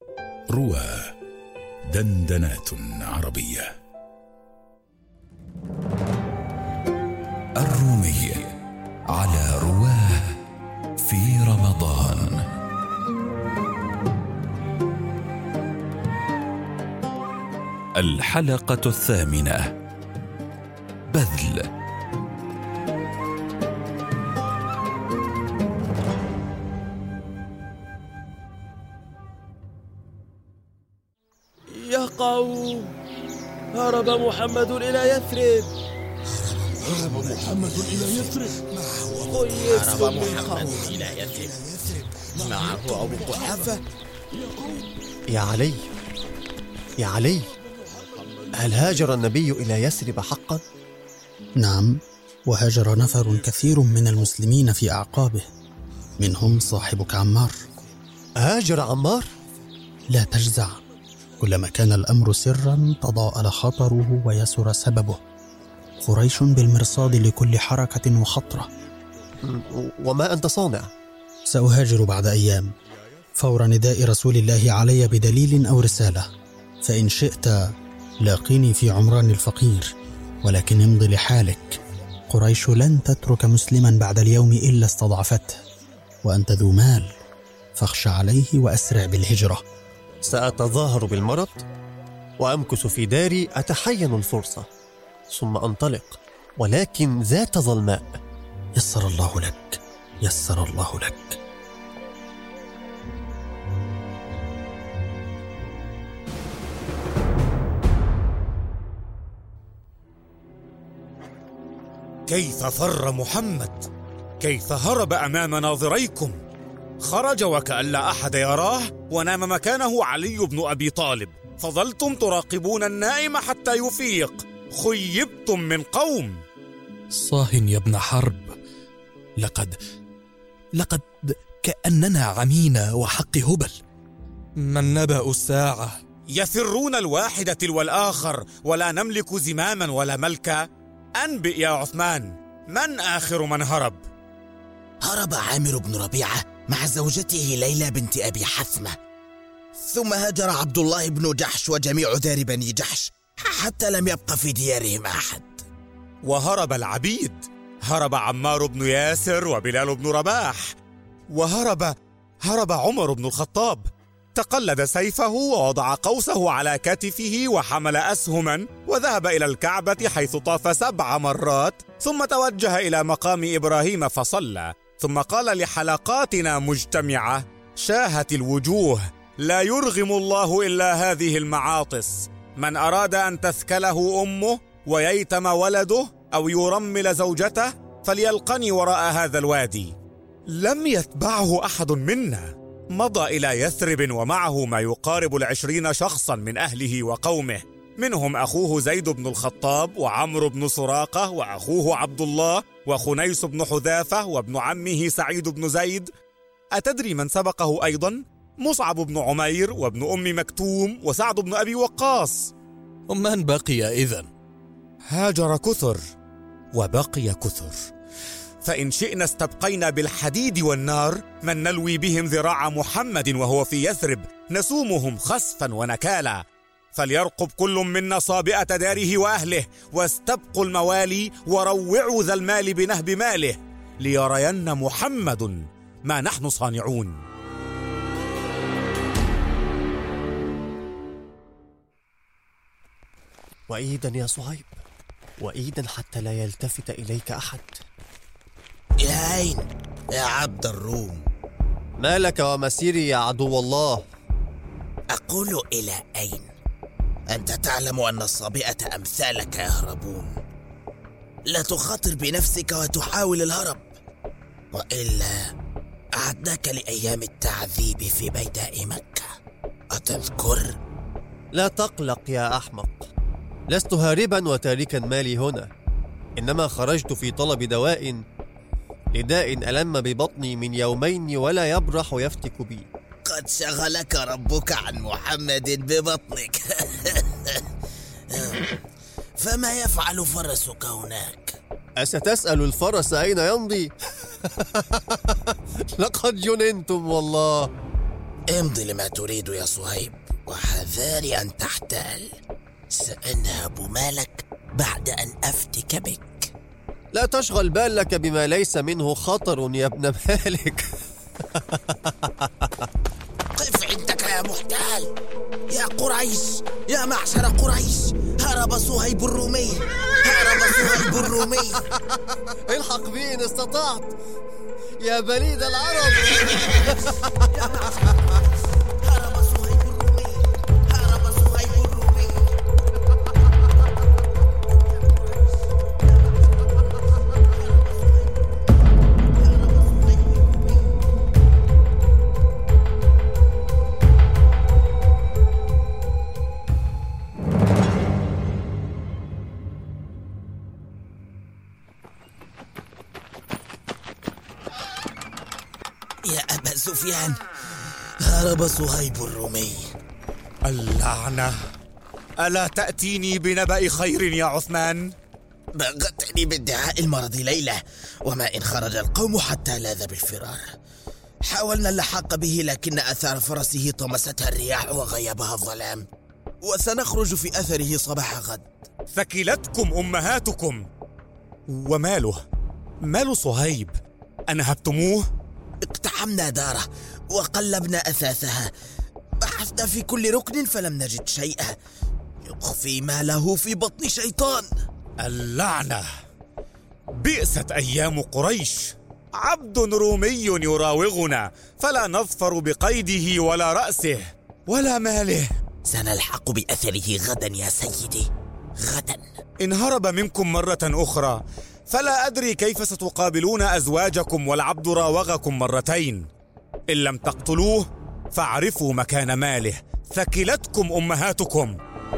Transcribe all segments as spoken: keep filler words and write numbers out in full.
روى دندنات عربية. الرومي على رواه في رمضان. الحلقة الثامنة. بذل. يا قوم، هرب محمد إلى يثرب. هرب محمد إلى يثرب. هرب محمد إلى يثرب معه أبو قحافة. يا علي يا علي هل هاجر النبي إلى يثرب حقا؟ نعم، وهاجر نفر كثير من المسلمين في أعقابه، منهم صاحبك عمار. هاجر عمار؟ لا تجزع، كلما كان الأمر سرا تضاءل خطره ويسر سببه. قريش بالمرصاد لكل حركة وخطرة. وما أنت صانع؟ سأهاجر بعد أيام فور نداء رسول الله علي بدليل أو رسالة، فإن شئت لاقيني في عمران الفقير، ولكن امض لحالك. قريش لن تترك مسلما بعد اليوم إلا استضعفته، وأنت ذو مال فاخش عليه وأسرع بالهجرة. سأتظاهر بالمرض وأمكث في داري أتحين الفرصة، ثم أنطلق، ولكن ذات ظلماء. يسر الله لك، يسر الله لك. كيف فر محمد؟ كيف هرب أمام ناظريكم؟ خرج وكأن لا أحد يراه، ونام مكانه علي بن أبي طالب. فظلتم تراقبون النائم حتى يفيق. خيبتم من قوم. صاه يا ابن حرب، لقد لقد كأننا عمينا وحق هبل. من نبأ الساعة؟ يفرون الواحد تلو الآخر، ولا نملك زماما ولا ملكا. أنبئ يا عثمان، من آخر من هرب؟ هرب عامر بن ربيعة مع زوجته ليلى بنت أبي حثمة، ثم هاجر عبد الله بن جحش وجميع دار بني جحش، حتى لم يبق في ديارهم أحد. وهرب العبيد، هرب عمار بن ياسر وبلال بن رباح، وهرب هرب عمر بن الخطاب. تقلد سيفه ووضع قوسه على كتفه وحمل أسهما، وذهب إلى الكعبة حيث طاف سبع مرات، ثم توجه إلى مقام إبراهيم فصلى، ثم قال لحلقاتنا مجتمعة: شاهت الوجوه، لا يرغم الله إلا هذه المعاطس. من أراد أن تثكله أمه وييتم ولده أو يرمل زوجته فليلقني وراء هذا الوادي. لم يتبعه أحد منا. مضى إلى يثرب ومعه ما يقارب العشرين شخصا من أهله وقومه، منهم أخوه زيد بن الخطاب وعمرو بن سراقة وأخوه عبد الله وخنيس بن حذافة وابن عمه سعيد بن زيد. أتدري من سبقه أيضا؟ مصعب بن عمير وابن أم مكتوم وسعد بن أبي وقاص. ومن بقي إذن؟ هاجر كثر وبقي كثر، فإن شئنا استبقينا بالحديد والنار من نلوي بهم ذراع محمد وهو في يثرب، نسومهم خسفا ونكالا. فليرقب كل منا صابئة داره وأهله، واستبقوا الموالي وروعوا ذا المال بنهب ماله، ليرين محمد ما نحن صانعون. وإيدا يا صهيب، وإيدا حتى لا يلتفت إليك أحد. إلى أين يا عبد الروم؟ ما لك ومسيري يا عدو الله؟ أقول إلى أين؟ أنت تعلم أن الصبيئة أمثالك يهربون. لا تخاطر بنفسك وتحاول الهرب، وإلا أعدناك لأيام التعذيب في بيداء مكة، أتذكر؟ لا تقلق يا أحمق، لست هاربا وتاركا مالي هنا، إنما خرجت في طلب دواء لداء ألم ببطني من يومين ولا يبرح يفتك بي. قد شغلك ربك عن محمد ببطنك. فما يفعل فرسك هناك؟ أستسأل الفرس أين يمضي؟ لقد جننتم والله. امضي لما تريد يا صهيب، وحذاري أن تحتال. سأنهب مالك بعد أن أفتك بك. لا تشغل بالك بما ليس منه خطر يا ابن مالك. قف عندك يا محتال. يا قريش، يا معشر قريش، هرب صهيب الرومي، هرب صهيب الرومي. الحق بي إن استطعت يا بليد العرب. هرب صهيب الرومي، هرب صهيب الرومي. يا أبا سفيان، هرب صهيب الرومي. اللعنة، ألا تأتيني بنبأ خير يا عثمان؟ بغتني بادعاء المرض ليلة، وما إن خرج القوم حتى لاذ بالفرار. حاولنا اللحاق به، لكن أثار فرسه طمستها الرياح وغيبها الظلام، وسنخرج في أثره صباح غد. ثكلتكم أمهاتكم. وماله؟ مال صهيب؟ أنهبتموه؟ اقتحمنا داره وقلبنا أثاثها، بحثنا في كل ركن فلم نجد شيئا. يخفي ماله في بطن شيطان. اللعنة، بئست أيام قريش. عبد رومي يراوغنا، فلا نظفر بقيده ولا رأسه ولا ماله. سنلحق بأثره غدا يا سيدي، غدا. إن هرب منكم مرة أخرى فلا أدري كيف ستقابلون أزواجكم، والعبد راوغكم مرتين. إن لم تقتلوه فاعرفوا مكان ماله. ثكلتكم أمهاتكم.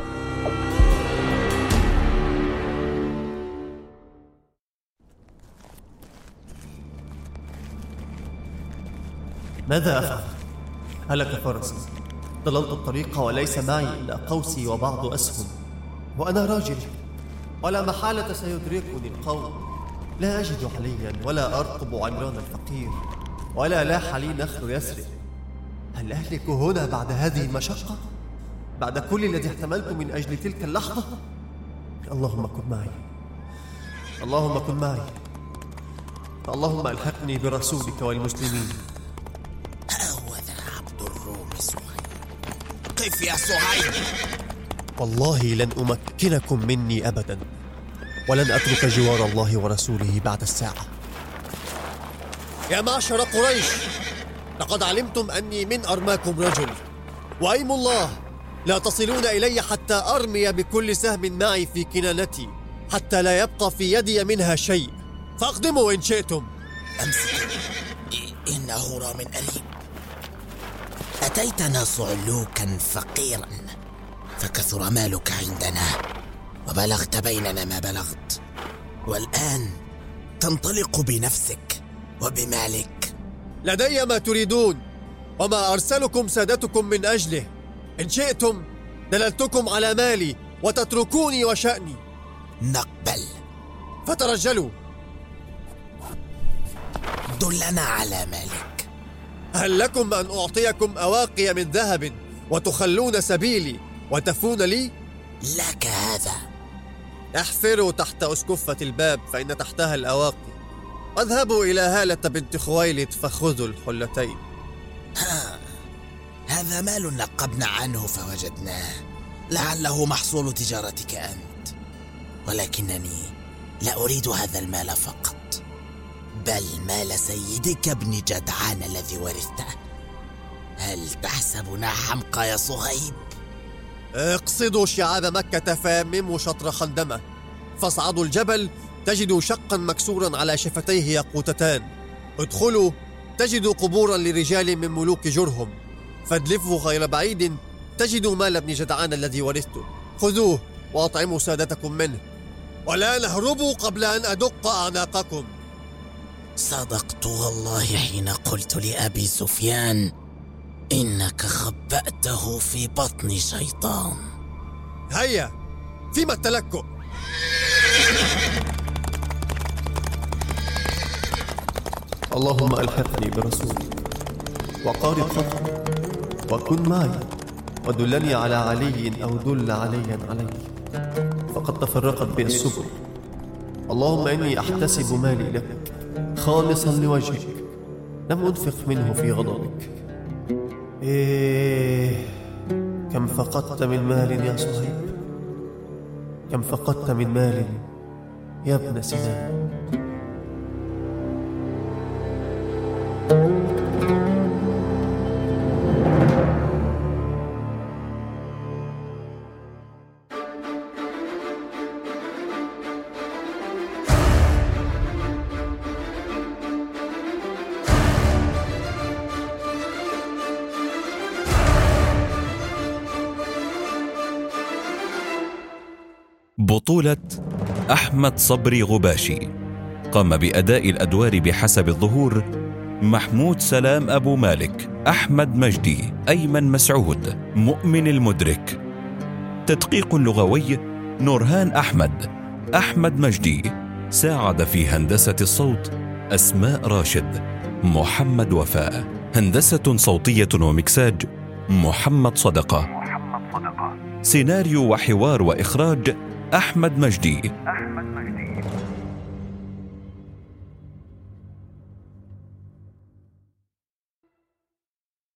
ماذا أفعل؟ هلك فرسي، ضللت الطريق وليس معي إلا قوسي وبعض أسهم، وأنا راجل ولا محالة سيدركني القوم. لا أجد عليا ولا أرقب عمران الفقير، ولا لاح لي نخل يسرب. هل أهلك هنا بعد هذه المشقة؟ بعد كل الذي احتملت من أجل تلك اللحظة؟ اللهم كن معي، اللهم كن معي، اللهم ألحقني برسولك والمسلمين. هذا عبد الروم صهيب. قف يا صهيب. والله لن أمكنكم مني أبدا، ولن أترك جوار الله ورسوله بعد الساعة. يا معشر قريش، لقد علمتم أني من أرماكم رجل، وأيم الله لا تصلون إلي حتى أرمي بكل سهم معي في كنانتي، حتى لا يبقى في يدي منها شيء. فاقدموا إن شئتم. أمسك، إنه رام أريب. أتيتنا صعلوكا فقيرا، فكثر مالك عندنا، وبلغت بيننا ما بلغت، والآن تنطلق بنفسك وبمالك. لدي ما تريدون، وما أرسلكم سادتكم من أجله. إن شئتم دللتكم على مالي وتتركوني وشأني. نقبل. فترجلوا. دلنا على مالك. هل لكم أن أعطيكم أواقي من ذهب وتخلون سبيلي وتفون لي؟ لك هذا. احفروا تحت أسكفة الباب فإن تحتها الأواقي، واذهبوا إلى هالة بنت خويلد فخذوا الحلتين. ها، هذا مال نقبنا عنه فوجدناه، لعله محصول تجارتك أنت، ولكنني لا أريد هذا المال فقط، بل مال سيدك ابن جدعان الذي ورثته. هل تحسبنا حمقى يا صهيب؟ اقصدوا شعاب مكة فيمموا شطر خندمة، فاصعدوا الجبل تجدوا شقا مكسورا على شفتيه ياقوتتان، ادخلوا تجدوا قبورا لرجال من ملوك جرهم، فادلفوا غير بعيد تجدوا مال ابن جدعان الذي ورثته، خذوه وأطعموا سادتكم منه، ولا نهربوا قبل أن أدق أعناقكم. صدقت والله حين قلت لأبي سفيان إنك خبأته في بطن شيطان. هيا، فيما التلكؤ؟ اللهم ألحقني برسولك وقارب خطري وكن معي ودلني على علي أو دل عليا علي، فقد تفرقت بي السبل. اللهم إني أحتسب مالي لك خالصا لوجهك، لم أنفق منه في غضبك. إيه كم فقدت من مال يا صهيب، كم فقدت من مال يا ابن سنان. بطولة أحمد صبري غباشي. قام بأداء الأدوار بحسب الظهور: محمود سلام أبو مالك، أحمد مجدي، أيمن مسعود، مؤمن المدرك. تدقيق لغوي: نورهان أحمد، أحمد مجدي. ساعد في هندسة الصوت: أسماء راشد، محمد وفاء. هندسة صوتية ومكساج: محمد صدقة. سيناريو وحوار وإخراج: أحمد مجدي.